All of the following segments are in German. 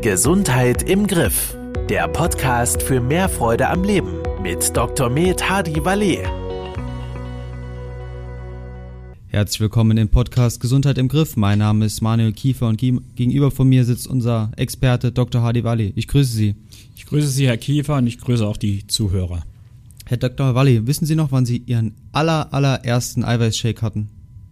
Gesundheit im Griff. Der Podcast für mehr Freude am Leben mit Dr. Med Hadi Valet. Herzlich willkommen im Podcast Gesundheit im Griff. Mein Name ist Manuel Kiefer und gegenüber von mir sitzt unser Experte Dr. Hadi Valet. Ich grüße Sie. Ich grüße Sie, Herr Kiefer, und ich grüße auch die Zuhörer. Herr Dr. Valet, wissen Sie noch, wann Sie Ihren allerersten Eiweißshake hatten?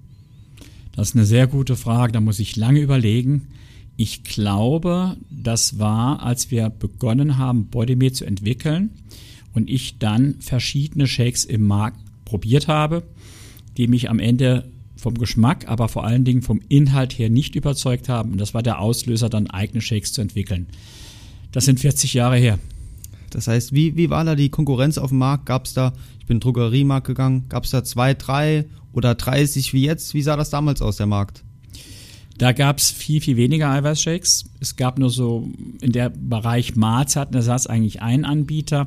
Das ist eine sehr gute Frage, da muss ich lange überlegen. Ich glaube, das war, als wir begonnen haben, Bodymed zu entwickeln und ich dann verschiedene Shakes im Markt probiert habe, die mich am Ende vom Geschmack, aber vor allen Dingen vom Inhalt her nicht überzeugt haben. Und das war der Auslöser, dann eigene Shakes zu entwickeln. Das sind 40 Jahre her. Das heißt, wie war da die Konkurrenz auf dem Markt? Gab es da, ich bin in den Drogeriemarkt gegangen, gab es da 2, 3 oder 30 wie jetzt? Wie sah das damals aus, der Markt? Da gab es viel weniger Eiweißshakes. Es gab nur so in der Bereich Mahlzeitenersatz eigentlich einen Anbieter,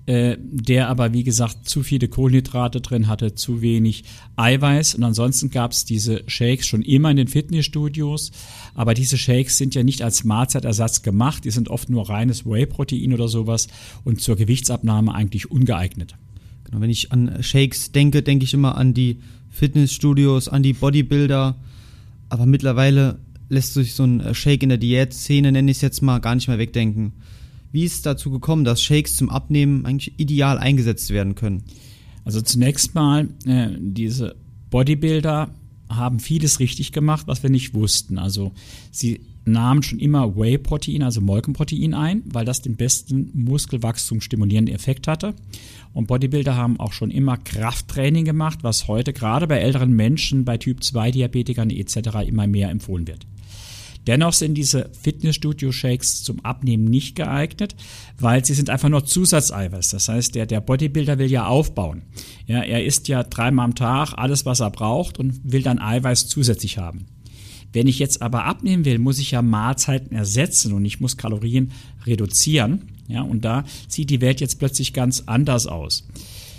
der aber, wie gesagt, zu viele Kohlenhydrate drin hatte, zu wenig Eiweiß. Und ansonsten gab es diese Shakes schon immer in den Fitnessstudios. Aber diese Shakes sind ja nicht als Mahlzeitersatz gemacht. Die sind oft nur reines Whey-Protein oder sowas und zur Gewichtsabnahme eigentlich ungeeignet. Genau, wenn ich an Shakes denke, denke ich immer an die Fitnessstudios, an die Bodybuilder. Aber mittlerweile lässt sich so ein Shake in der Diätszene, nenne ich es jetzt mal, gar nicht mehr wegdenken. Wie ist es dazu gekommen, dass Shakes zum Abnehmen eigentlich ideal eingesetzt werden können? Also zunächst mal, diese Bodybuilder haben vieles richtig gemacht, was wir nicht wussten. Also sie nahmen schon immer Whey-Protein, also Molkenprotein ein, weil das den besten Muskelwachstum stimulierenden Effekt hatte. Und Bodybuilder haben auch schon immer Krafttraining gemacht, was heute gerade bei älteren Menschen, bei Typ-2-Diabetikern etc. immer mehr empfohlen wird. Dennoch sind diese Fitnessstudio-Shakes zum Abnehmen nicht geeignet, weil sie sind einfach nur Zusatzeiweiß. Das heißt, der Bodybuilder will ja aufbauen. Ja, er isst ja 3-mal am Tag alles, was er braucht und will dann Eiweiß zusätzlich haben. Wenn ich jetzt aber abnehmen will, muss ich ja Mahlzeiten ersetzen und ich muss Kalorien reduzieren. Ja, und da sieht die Welt jetzt plötzlich ganz anders aus.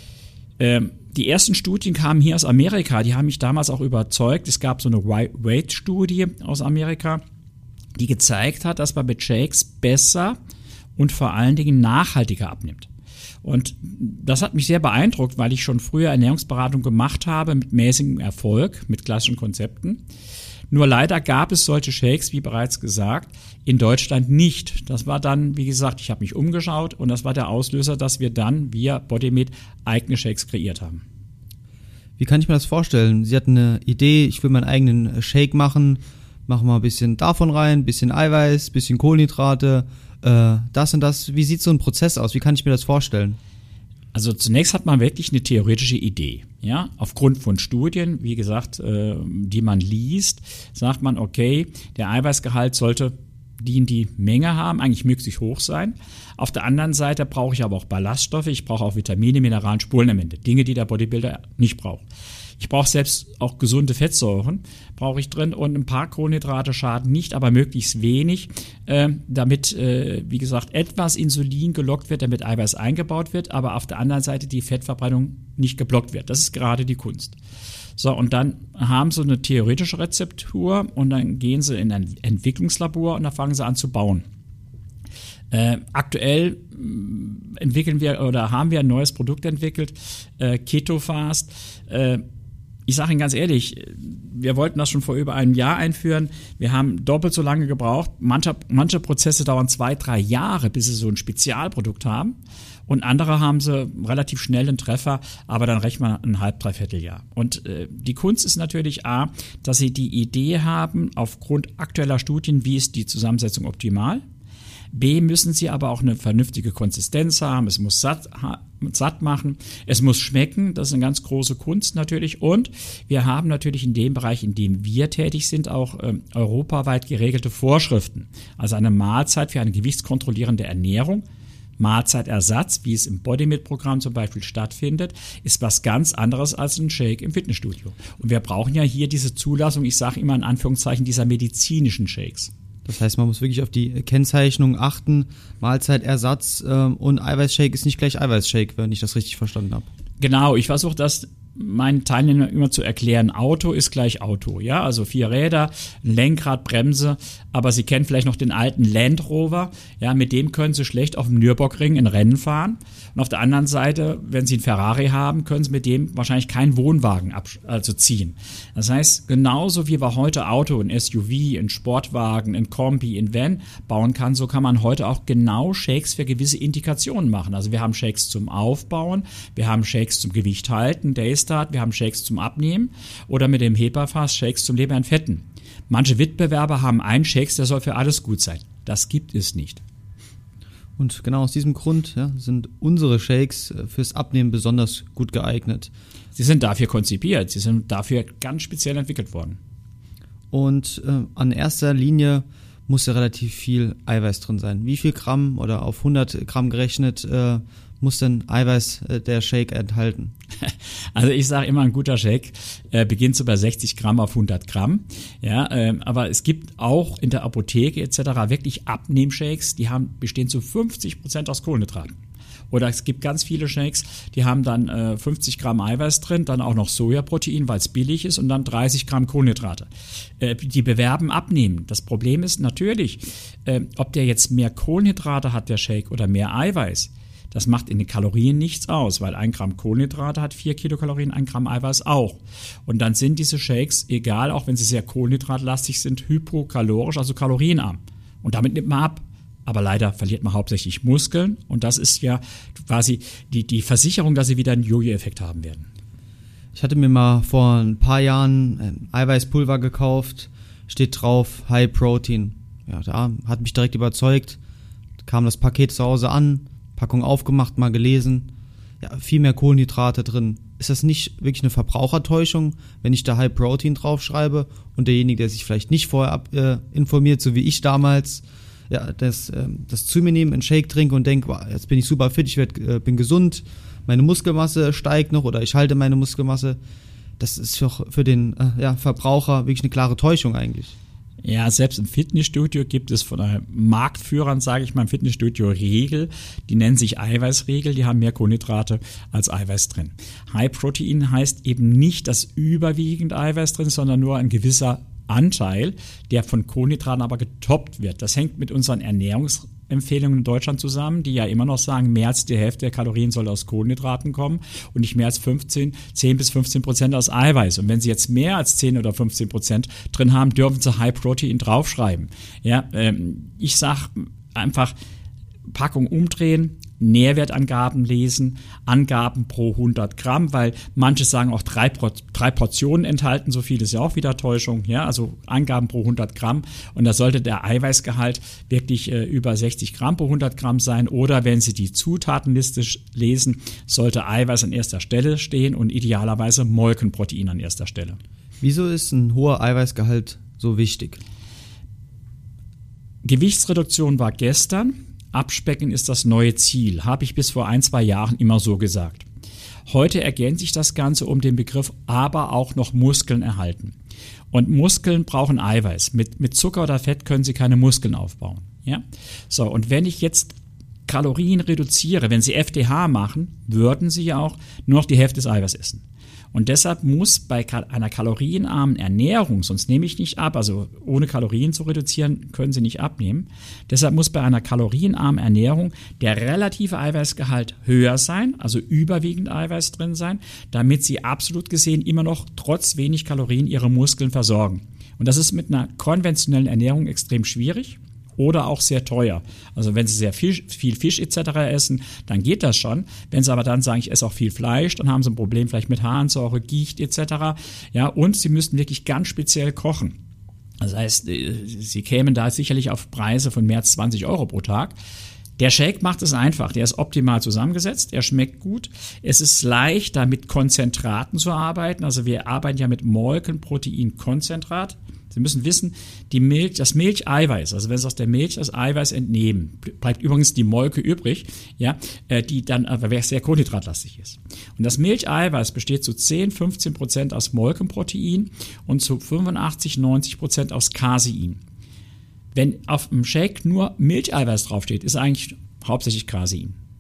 Die ersten Studien kamen hier aus Amerika, die haben mich damals auch überzeugt. Es gab so eine Weight-Studie aus Amerika, die gezeigt hat, dass man mit Shakes besser und vor allen Dingen nachhaltiger abnimmt. Und das hat mich sehr beeindruckt, weil ich schon früher Ernährungsberatung gemacht habe mit mäßigem Erfolg, mit klassischen Konzepten. Nur leider gab es solche Shakes, wie bereits gesagt, in Deutschland nicht. Das war dann, wie gesagt, ich habe mich umgeschaut und das war der Auslöser, dass wir dann via Bodymed eigene Shakes kreiert haben. Wie kann ich mir das vorstellen? Sie hatten eine Idee, ich will meinen eigenen Shake machen mal ein bisschen davon rein, bisschen Eiweiß, bisschen Kohlenhydrate, das und das. Wie sieht so ein Prozess aus? Wie kann ich mir das vorstellen? Also zunächst hat man wirklich eine theoretische Idee. Ja, aufgrund von Studien, wie gesagt, die man liest, sagt man, okay, der Eiweißgehalt sollte die Menge haben, eigentlich möglichst hoch sein. Auf der anderen Seite brauche ich aber auch Ballaststoffe, ich brauche auch Vitamine, Mineralien, Spurenelemente, Dinge, die der Bodybuilder nicht braucht. Ich brauche selbst auch gesunde Fettsäuren, brauche ich drin, und ein paar Kohlenhydrate schaden nicht, aber möglichst wenig, damit, wie gesagt, etwas Insulin gelockt wird, damit Eiweiß eingebaut wird, aber auf der anderen Seite die Fettverbrennung nicht geblockt wird. Das ist gerade die Kunst. So, und dann haben sie eine theoretische Rezeptur und dann gehen sie in ein Entwicklungslabor und da fangen sie an zu bauen. Aktuell entwickeln wir oder haben wir ein neues Produkt entwickelt, KetoFast. Ich sage Ihnen ganz ehrlich, wir wollten das schon vor über einem Jahr einführen. Wir haben doppelt so lange gebraucht. Manche Prozesse dauern 2-3 Jahre, bis sie so ein Spezialprodukt haben. Und andere haben sie relativ schnell einen Treffer, aber dann rechnet man ein halb-dreiviertel Jahr. Und die Kunst ist natürlich A, dass sie die Idee haben, aufgrund aktueller Studien, wie ist die Zusammensetzung optimal. B, müssen sie aber auch eine vernünftige Konsistenz haben, es muss satt machen, es muss schmecken, das ist eine ganz große Kunst natürlich, und wir haben natürlich in dem Bereich, in dem wir tätig sind, auch europaweit geregelte Vorschriften, also eine Mahlzeit für eine gewichtskontrollierende Ernährung. Mahlzeitersatz, wie es im Bodymed-Programm zum Beispiel stattfindet, ist was ganz anderes als ein Shake im Fitnessstudio. Und wir brauchen ja hier diese Zulassung, ich sage immer in Anführungszeichen, dieser medizinischen Shakes. Das heißt, man muss wirklich auf die Kennzeichnung achten. Mahlzeitersatz und Eiweißshake ist nicht gleich Eiweißshake, wenn ich das richtig verstanden habe. Genau, ich versuche das meinen Teilnehmern immer zu erklären, Auto ist gleich Auto, ja, also 4 Räder, ein Lenkrad, Bremse, aber Sie kennen vielleicht noch den alten Land Rover, ja, mit dem können Sie schlecht auf dem Nürburgring ein Rennen fahren und auf der anderen Seite, wenn Sie einen Ferrari haben, können Sie mit dem wahrscheinlich keinen Wohnwagen ziehen. Das heißt, genauso wie wir heute Auto, ein SUV, ein Sportwagen, ein Kombi, ein Van bauen kann, so kann man heute auch genau Shakes für gewisse Indikationen machen. Also wir haben Shakes zum Aufbauen, wir haben Shakes zum Gewicht halten, Daystart, wir haben Shakes zum Abnehmen oder mit dem HEPA-Fass Shakes zum Leben entfetten. Manche Wettbewerber haben einen Shakes, der soll für alles gut sein. Das gibt es nicht. Und genau aus diesem Grund sind unsere Shakes fürs Abnehmen besonders gut geeignet. Sie sind dafür konzipiert, sie sind dafür ganz speziell entwickelt worden. Und an erster Linie muss ja relativ viel Eiweiß drin sein. Wie viel Gramm oder auf 100 Gramm gerechnet muss denn Eiweiß der Shake enthalten? Also ich sage immer, ein guter Shake beginnt so bei 60 Gramm auf 100 Gramm. Ja, aber es gibt auch in der Apotheke etc. wirklich Abnehmshakes, die bestehen zu 50% aus Kohlenhydraten. Oder es gibt ganz viele Shakes, die haben dann 50 Gramm Eiweiß drin, dann auch noch Sojaprotein, weil es billig ist, und dann 30 Gramm Kohlenhydrate. Die bewerben Abnehmen. Das Problem ist natürlich, ob der jetzt mehr Kohlenhydrate hat, der Shake, oder mehr Eiweiß. Das macht in den Kalorien nichts aus, weil 1 Gramm Kohlenhydrate hat 4 Kilokalorien, 1 Gramm Eiweiß auch. Und dann sind diese Shakes, egal, auch wenn sie sehr kohlenhydratlastig sind, hypokalorisch, also kalorienarm. Und damit nimmt man ab. Aber leider verliert man hauptsächlich Muskeln. Und das ist ja quasi die Versicherung, dass sie wieder einen Jojo-Effekt haben werden. Ich hatte mir mal vor ein paar Jahren ein Eiweißpulver gekauft, steht drauf High Protein. Ja, da hat mich direkt überzeugt. Kam das Paket zu Hause an, Packung aufgemacht, mal gelesen. Ja, viel mehr Kohlenhydrate drin. Ist das nicht wirklich eine Verbrauchertäuschung, wenn ich da High Protein draufschreibe und derjenige, der sich vielleicht nicht vorher informiert, so wie ich damals, ja, das zu mir nehmen, einen Shake trinke und denke, wow, jetzt bin ich super fit, bin gesund, meine Muskelmasse steigt noch oder ich halte meine Muskelmasse. Das ist doch für den Verbraucher wirklich eine klare Täuschung eigentlich. Ja, selbst im Fitnessstudio gibt es von Marktführern, sage ich mal, im Fitnessstudio Regel, die nennen sich Eiweißregel, die haben mehr Kohlenhydrate als Eiweiß drin. High Protein heißt eben nicht, dass überwiegend Eiweiß drin ist, sondern nur ein gewisser Anteil, der von Kohlenhydraten aber getoppt wird. Das hängt mit unseren Ernährungsempfehlungen in Deutschland zusammen, die ja immer noch sagen, mehr als die Hälfte der Kalorien soll aus Kohlenhydraten kommen und nicht mehr als 10 bis 15% aus Eiweiß. Und wenn Sie jetzt mehr als 10 oder 15% drin haben, dürfen Sie High Protein draufschreiben. Ja, ich sage einfach, Packung umdrehen, Nährwertangaben lesen, Angaben pro 100 Gramm, weil manche sagen auch 3 Portionen enthalten, so viel ist ja auch wieder Täuschung, ja, also Angaben pro 100 Gramm, und da sollte der Eiweißgehalt wirklich über 60 Gramm pro 100 Gramm sein, oder wenn Sie die Zutatenliste lesen, sollte Eiweiß an erster Stelle stehen und idealerweise Molkenprotein an erster Stelle. Wieso ist ein hoher Eiweißgehalt so wichtig? Gewichtsreduktion war gestern. Abspecken ist das neue Ziel, habe ich bis vor 1-2 Jahren immer so gesagt. Heute ergänzt sich das Ganze um den Begriff aber auch noch Muskeln erhalten. Und Muskeln brauchen Eiweiß. Mit Zucker oder Fett können Sie keine Muskeln aufbauen. Ja? So, und wenn ich jetzt Kalorien reduziere, wenn Sie FDH machen, würden Sie ja auch nur noch die Hälfte des Eiweiß essen. Und deshalb muss bei einer kalorienarmen Ernährung, sonst nehme ich nicht ab, also ohne Kalorien zu reduzieren, können Sie nicht abnehmen. Deshalb muss bei einer kalorienarmen Ernährung der relative Eiweißgehalt höher sein, also überwiegend Eiweiß drin sein, damit Sie absolut gesehen immer noch trotz wenig Kalorien Ihre Muskeln versorgen. Und das ist mit einer konventionellen Ernährung extrem schwierig. Oder auch sehr teuer. Also wenn Sie sehr viel Fisch etc. essen, dann geht das schon. Wenn Sie aber dann sagen, ich esse auch viel Fleisch, dann haben Sie ein Problem vielleicht mit Harnsäure, Gicht etc. Ja, und Sie müssten wirklich ganz speziell kochen. Das heißt, Sie kämen da sicherlich auf Preise von mehr als 20 Euro pro Tag. Der Shake macht es einfach, der ist optimal zusammengesetzt, er schmeckt gut, es ist leicht, da mit Konzentraten zu arbeiten, also wir arbeiten ja mit Molkenproteinkonzentrat. Sie müssen wissen, das Milcheiweiß, also wenn Sie aus der Milch das Eiweiß entnehmen, bleibt übrigens die Molke übrig, ja, die dann aber sehr kohlenhydratlastig ist. Und das Milcheiweiß besteht zu 10-15% aus Molkenprotein und zu 85-90% aus Casein. Wenn auf dem Shake nur Milcheiweiß draufsteht, ist eigentlich hauptsächlich Casein.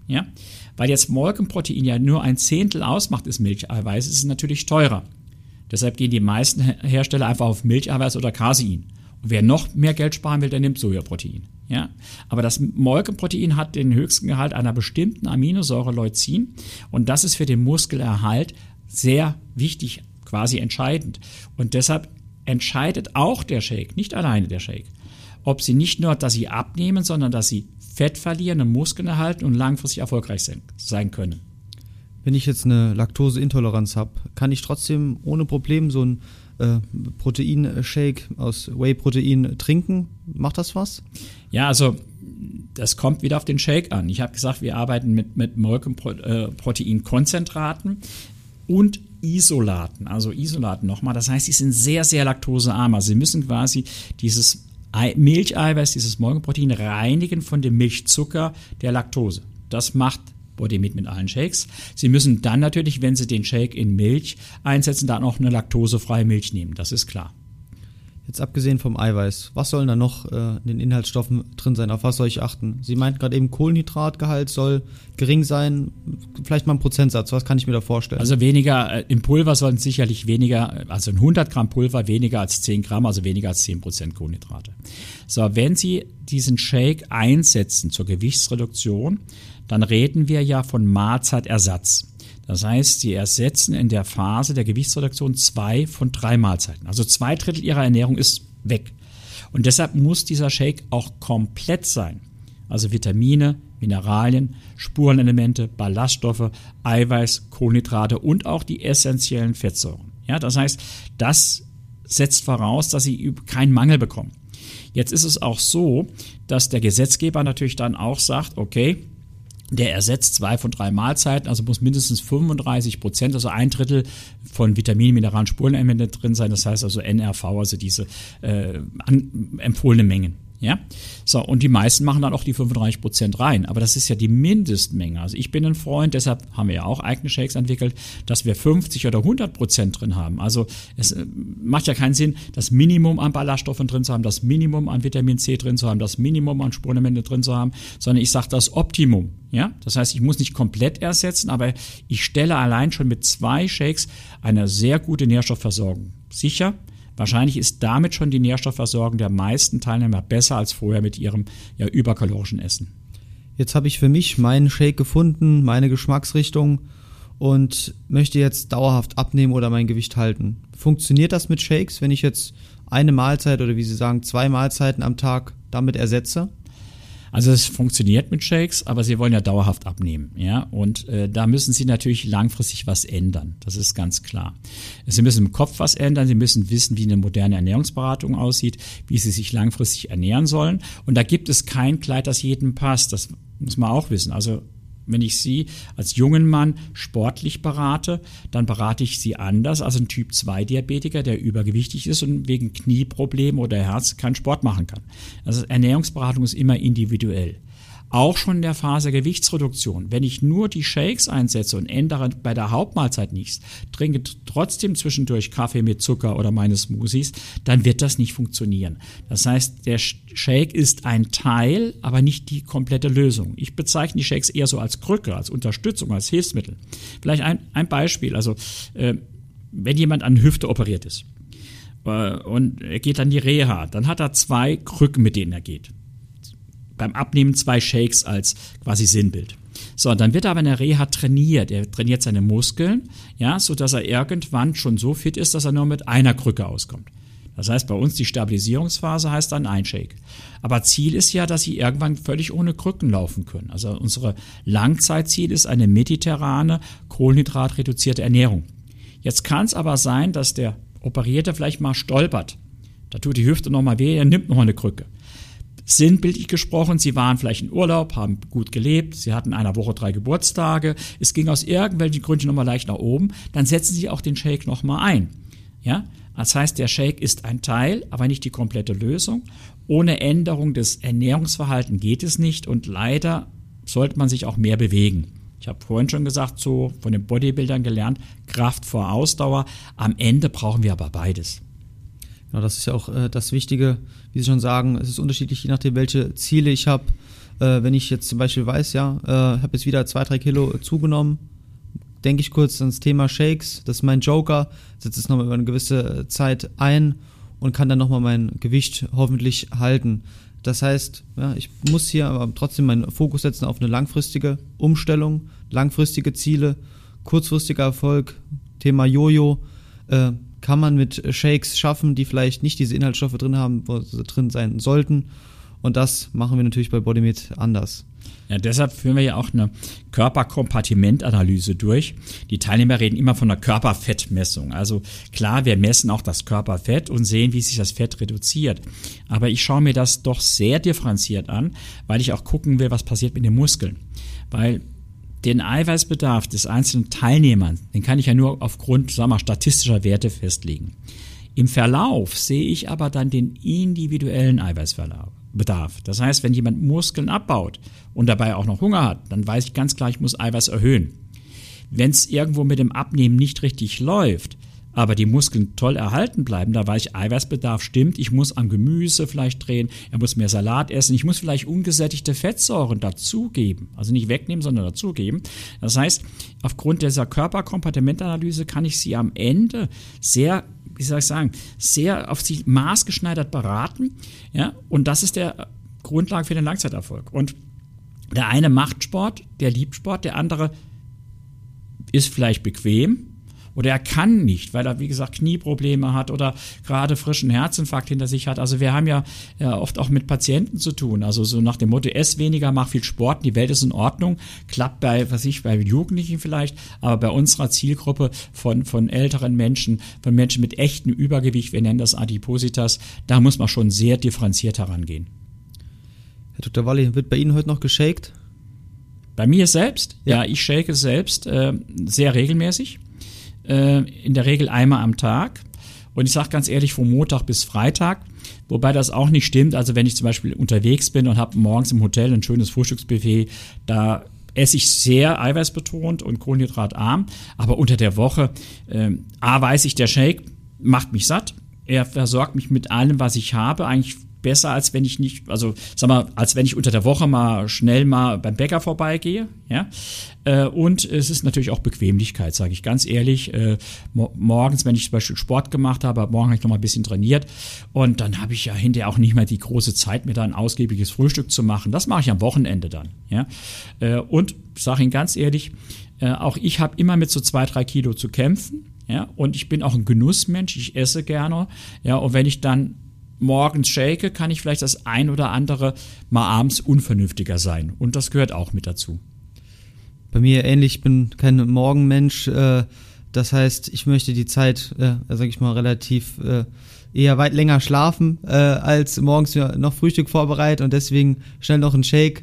Ja? Weil jetzt Molkenprotein ja nur 1/10 ausmacht des Milcheiweißes, ist es natürlich teurer. Deshalb gehen die meisten Hersteller einfach auf Milcheiweiß oder Casein. Und wer noch mehr Geld sparen will, der nimmt Sojaprotein. Ja? Aber das Molkenprotein hat den höchsten Gehalt einer bestimmten Aminosäure Leucin und das ist für den Muskelerhalt sehr wichtig, quasi entscheidend. Und deshalb entscheidet auch der Shake, nicht alleine der Shake, ob sie nicht nur, dass sie abnehmen, sondern dass sie Fett verlieren und Muskeln erhalten und langfristig erfolgreich sein können. Wenn ich jetzt eine Laktoseintoleranz habe, kann ich trotzdem ohne Problem so einen Proteinshake aus Whey-Protein trinken? Macht das was? Ja, also das kommt wieder auf den Shake an. Ich habe gesagt, wir arbeiten mit Molkenproteinkonzentraten und Isolaten. Also Isolaten nochmal, das heißt, die sind sehr, sehr laktosearm. Also sie müssen quasi dieses Milcheiweiß, dieses Molkenprotein reinigen von dem Milchzucker der Laktose. Das macht Bodymit mit allen Shakes. Sie müssen dann natürlich, wenn Sie den Shake in Milch einsetzen, dann auch eine laktosefreie Milch nehmen. Das ist klar. Jetzt abgesehen vom Eiweiß, was sollen da noch in den Inhaltsstoffen drin sein? Auf was soll ich achten? Sie meinten gerade eben, Kohlenhydratgehalt soll gering sein. Vielleicht mal ein Prozentsatz. Was kann ich mir da vorstellen? Also weniger, im Pulver sollten sicherlich weniger, also 100 Gramm Pulver weniger als 10 Gramm, also weniger als 10% Kohlenhydrate. So, wenn Sie diesen Shake einsetzen zur Gewichtsreduktion, dann reden wir ja von Mahlzeitersatz. Das heißt, Sie ersetzen in der Phase der Gewichtsreduktion 2 von 3 Mahlzeiten. Also 2/3 Ihrer Ernährung ist weg. Und deshalb muss dieser Shake auch komplett sein. Also Vitamine, Mineralien, Spurenelemente, Ballaststoffe, Eiweiß, Kohlenhydrate und auch die essentiellen Fettsäuren. Ja, das heißt, das setzt voraus, dass Sie keinen Mangel bekommen. Jetzt ist es auch so, dass der Gesetzgeber natürlich dann auch sagt, okay, der ersetzt 2 von 3 Mahlzeiten, also muss mindestens 35%, also 1/3 von Vitaminen, Mineralien, Spurenelemente drin sein. Das heißt also NRV, also diese empfohlene Mengen. Ja, so, und die meisten machen dann auch die 35% rein, aber das ist ja die Mindestmenge. Also ich bin ein Freund, deshalb haben wir ja auch eigene Shakes entwickelt, dass wir 50 oder 100% drin haben. Also es macht ja keinen Sinn, das Minimum an Ballaststoffen drin zu haben, das Minimum an Vitamin C drin zu haben, das Minimum an Spurenelemente drin zu haben, sondern ich sage das Optimum. Ja, das heißt, ich muss nicht komplett ersetzen, aber ich stelle allein schon mit 2 Shakes eine sehr gute Nährstoffversorgung sicher. Wahrscheinlich ist damit schon die Nährstoffversorgung der meisten Teilnehmer besser als vorher mit ihrem überkalorischen Essen. Jetzt habe ich für mich meinen Shake gefunden, meine Geschmacksrichtung und möchte jetzt dauerhaft abnehmen oder mein Gewicht halten. Funktioniert das mit Shakes, wenn ich jetzt eine Mahlzeit oder wie Sie sagen 2 Mahlzeiten am Tag damit ersetze? Also es funktioniert mit Shakes, aber Sie wollen ja dauerhaft abnehmen, ja, und da müssen Sie natürlich langfristig was ändern, das ist ganz klar. Sie müssen im Kopf was ändern, Sie müssen wissen, wie eine moderne Ernährungsberatung aussieht, wie Sie sich langfristig ernähren sollen und da gibt es kein Kleid, das jedem passt, das muss man auch wissen, also wenn ich Sie als jungen Mann sportlich berate, dann berate ich Sie anders als ein Typ-2-Diabetiker, der übergewichtig ist und wegen Knieproblemen oder Herz keinen Sport machen kann. Also Ernährungsberatung ist immer individuell. Auch schon in der Phase der Gewichtsreduktion. Wenn ich nur die Shakes einsetze und ändere bei der Hauptmahlzeit nichts, trinke trotzdem zwischendurch Kaffee mit Zucker oder meine Smoothies, dann wird das nicht funktionieren. Das heißt, der Shake ist ein Teil, aber nicht die komplette Lösung. Ich bezeichne die Shakes eher so als Krücke, als Unterstützung, als Hilfsmittel. Vielleicht ein Beispiel. Also, wenn jemand an Hüfte operiert ist und er geht an die Reha, dann hat er 2 Krücken, mit denen er geht. Beim Abnehmen 2 Shakes als quasi Sinnbild. So, dann wird er aber in der Reha trainiert. Er trainiert seine Muskeln, ja, sodass er irgendwann schon so fit ist, dass er nur mit einer Krücke auskommt. Das heißt, bei uns die Stabilisierungsphase heißt dann ein Shake. Aber Ziel ist ja, dass Sie irgendwann völlig ohne Krücken laufen können. Also unsere Langzeitziel ist eine mediterrane, kohlenhydratreduzierte Ernährung. Jetzt kann es aber sein, dass der Operierte vielleicht mal stolpert. Da tut die Hüfte nochmal weh, er nimmt nochmal eine Krücke. Sinnbildlich gesprochen, Sie waren vielleicht in Urlaub, haben gut gelebt, Sie hatten in einer Woche 3 Geburtstage, es ging aus irgendwelchen Gründen nochmal leicht nach oben, dann setzen Sie auch den Shake nochmal ein. Ja? Das heißt, der Shake ist ein Teil, aber nicht die komplette Lösung. Ohne Änderung des Ernährungsverhaltens geht es nicht und leider sollte man sich auch mehr bewegen. Ich habe vorhin schon gesagt, so von den Bodybuildern gelernt, Kraft vor Ausdauer. Am Ende brauchen wir aber beides. Genau, das ist ja auch das Wichtige, wie Sie schon sagen, es ist unterschiedlich, je nachdem, welche Ziele ich habe. Wenn ich jetzt zum Beispiel weiß, habe jetzt wieder 2-3 Kilo zugenommen, denke ich kurz ans Thema Shakes, das ist mein Joker, setze es nochmal über eine gewisse Zeit ein und kann dann nochmal mein Gewicht hoffentlich halten. Das heißt, ich muss hier aber trotzdem meinen Fokus setzen auf eine langfristige Umstellung, langfristige Ziele, kurzfristiger Erfolg, Thema Jojo, kann man mit Shakes schaffen, die vielleicht nicht diese Inhaltsstoffe drin haben, wo sie drin sein sollten. Und das machen wir natürlich bei Bodymate anders. Ja, deshalb führen wir ja auch eine Körperkompartimentanalyse durch. Die Teilnehmer reden immer von einer Körperfettmessung. Also klar, wir messen auch das Körperfett und sehen, wie sich das Fett reduziert. Aber ich schaue mir das doch sehr differenziert an, weil ich auch gucken will, was passiert mit den Muskeln. Weil den Eiweißbedarf des einzelnen Teilnehmers, den kann ich ja nur aufgrund, statistischer Werte festlegen. Im Verlauf sehe ich aber dann den individuellen Eiweißbedarf. Das heißt, wenn jemand Muskeln abbaut und dabei auch noch Hunger hat, dann weiß ich ganz klar, ich muss Eiweiß erhöhen. Wenn es irgendwo mit dem Abnehmen nicht richtig läuft, aber die Muskeln toll erhalten bleiben, da weiß ich, Eiweißbedarf stimmt, ich muss am Gemüse vielleicht drehen, er muss mehr Salat essen, ich muss vielleicht ungesättigte Fettsäuren dazugeben, also nicht wegnehmen, sondern dazugeben. Das heißt, aufgrund dieser Körperkompartimentanalyse kann ich sie am Ende sehr auf sie maßgeschneidert beraten, ja, und das ist der Grundlage für den Langzeiterfolg. Und der eine macht Sport, der liebt Sport, der andere ist vielleicht bequem oder er kann nicht, weil er, wie gesagt, Knieprobleme hat oder gerade frischen Herzinfarkt hinter sich hat. Also wir haben ja oft auch mit Patienten zu tun, also so nach dem Motto, ess weniger, mach viel Sport, die Welt ist in Ordnung, klappt bei Jugendlichen vielleicht, aber bei unserer Zielgruppe von älteren Menschen, von Menschen mit echtem Übergewicht, wir nennen das Adipositas, da muss man schon sehr differenziert herangehen. Herr Dr. Walli, wird bei Ihnen heute noch geshakt? Bei mir selbst? Ja, ich shake selbst sehr regelmäßig. In der Regel einmal am Tag. Und ich sage ganz ehrlich, von Montag bis Freitag, wobei das auch nicht stimmt. Also wenn ich zum Beispiel unterwegs bin und habe morgens im Hotel ein schönes Frühstücksbuffet, da esse ich sehr eiweißbetont und kohlenhydratarm. Aber unter der Woche, weiß ich, der Shake macht mich satt. Er versorgt mich mit allem, was ich habe, eigentlich besser, als wenn ich nicht, als wenn ich unter der Woche schnell beim Bäcker vorbeigehe, ja. Und es ist natürlich auch Bequemlichkeit, sage ich ganz ehrlich. Morgens, wenn ich zum Beispiel Sport gemacht habe, morgen habe ich noch mal ein bisschen trainiert und dann habe ich ja hinterher auch nicht mehr die große Zeit, mir da ein ausgiebiges Frühstück zu machen. Das mache ich am Wochenende dann, ja. Und ich sage Ihnen ganz ehrlich, auch ich habe immer mit so 2-3 Kilo zu kämpfen, ja. Und ich bin auch ein Genussmensch, ich esse gerne, ja. Und wenn ich dann morgens shake, kann ich vielleicht das ein oder andere mal abends unvernünftiger sein. Und das gehört auch mit dazu. Bei mir ähnlich, ich bin kein Morgenmensch. Das heißt, ich möchte die Zeit, sage ich mal, relativ eher weit länger schlafen, als morgens noch Frühstück vorbereiten und deswegen schnell noch ein Shake.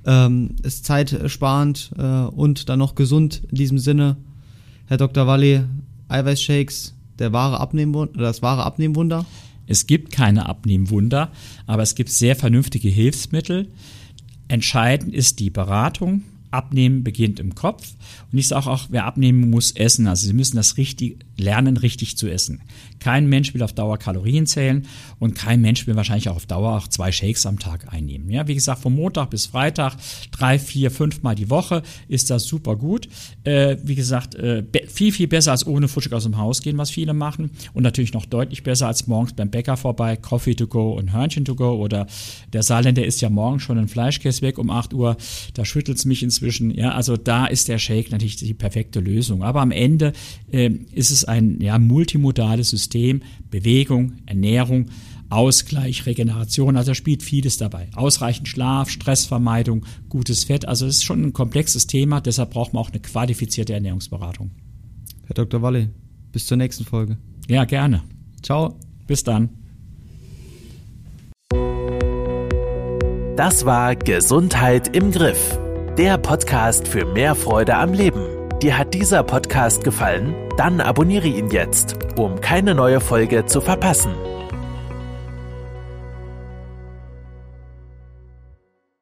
Ist zeitsparend und dann noch gesund in diesem Sinne. Herr Dr. Walli, Eiweißshakes, das wahre Abnehmwunder? Es gibt keine Abnehmwunder, aber es gibt sehr vernünftige Hilfsmittel. Entscheidend ist die Beratung. Abnehmen beginnt im Kopf. Und ich sage auch, wer abnehmen muss, essen. Also Sie müssen das lernen, richtig zu essen. Kein Mensch will auf Dauer Kalorien zählen und kein Mensch will wahrscheinlich auch auf Dauer auch 2 Shakes am Tag einnehmen. Ja, wie gesagt, von Montag bis Freitag 3, 4, 5 Mal die Woche ist das super gut. Wie gesagt, viel, viel besser als ohne Frühstück aus dem Haus gehen, was viele machen. Und natürlich noch deutlich besser als morgens beim Bäcker vorbei, Coffee to go und Hörnchen to go. Oder der Saarländer isst ja morgens schon einen Fleischkäse weg um 8 Uhr. Da schüttelt es mich inzwischen. Ja, also da ist der Shake natürlich die perfekte Lösung. Aber am Ende ist es ein multimodales System. Bewegung, Ernährung, Ausgleich, Regeneration, also da spielt vieles dabei. Ausreichend Schlaf, Stressvermeidung, gutes Fett, also es ist schon ein komplexes Thema, deshalb braucht man auch eine qualifizierte Ernährungsberatung. Herr Dr. Walli, bis zur nächsten Folge. Ja, gerne. Ciao. Bis dann. Das war Gesundheit im Griff, der Podcast für mehr Freude am Leben. Dir hat dieser Podcast gefallen? Dann abonniere ihn jetzt, um keine neue Folge zu verpassen.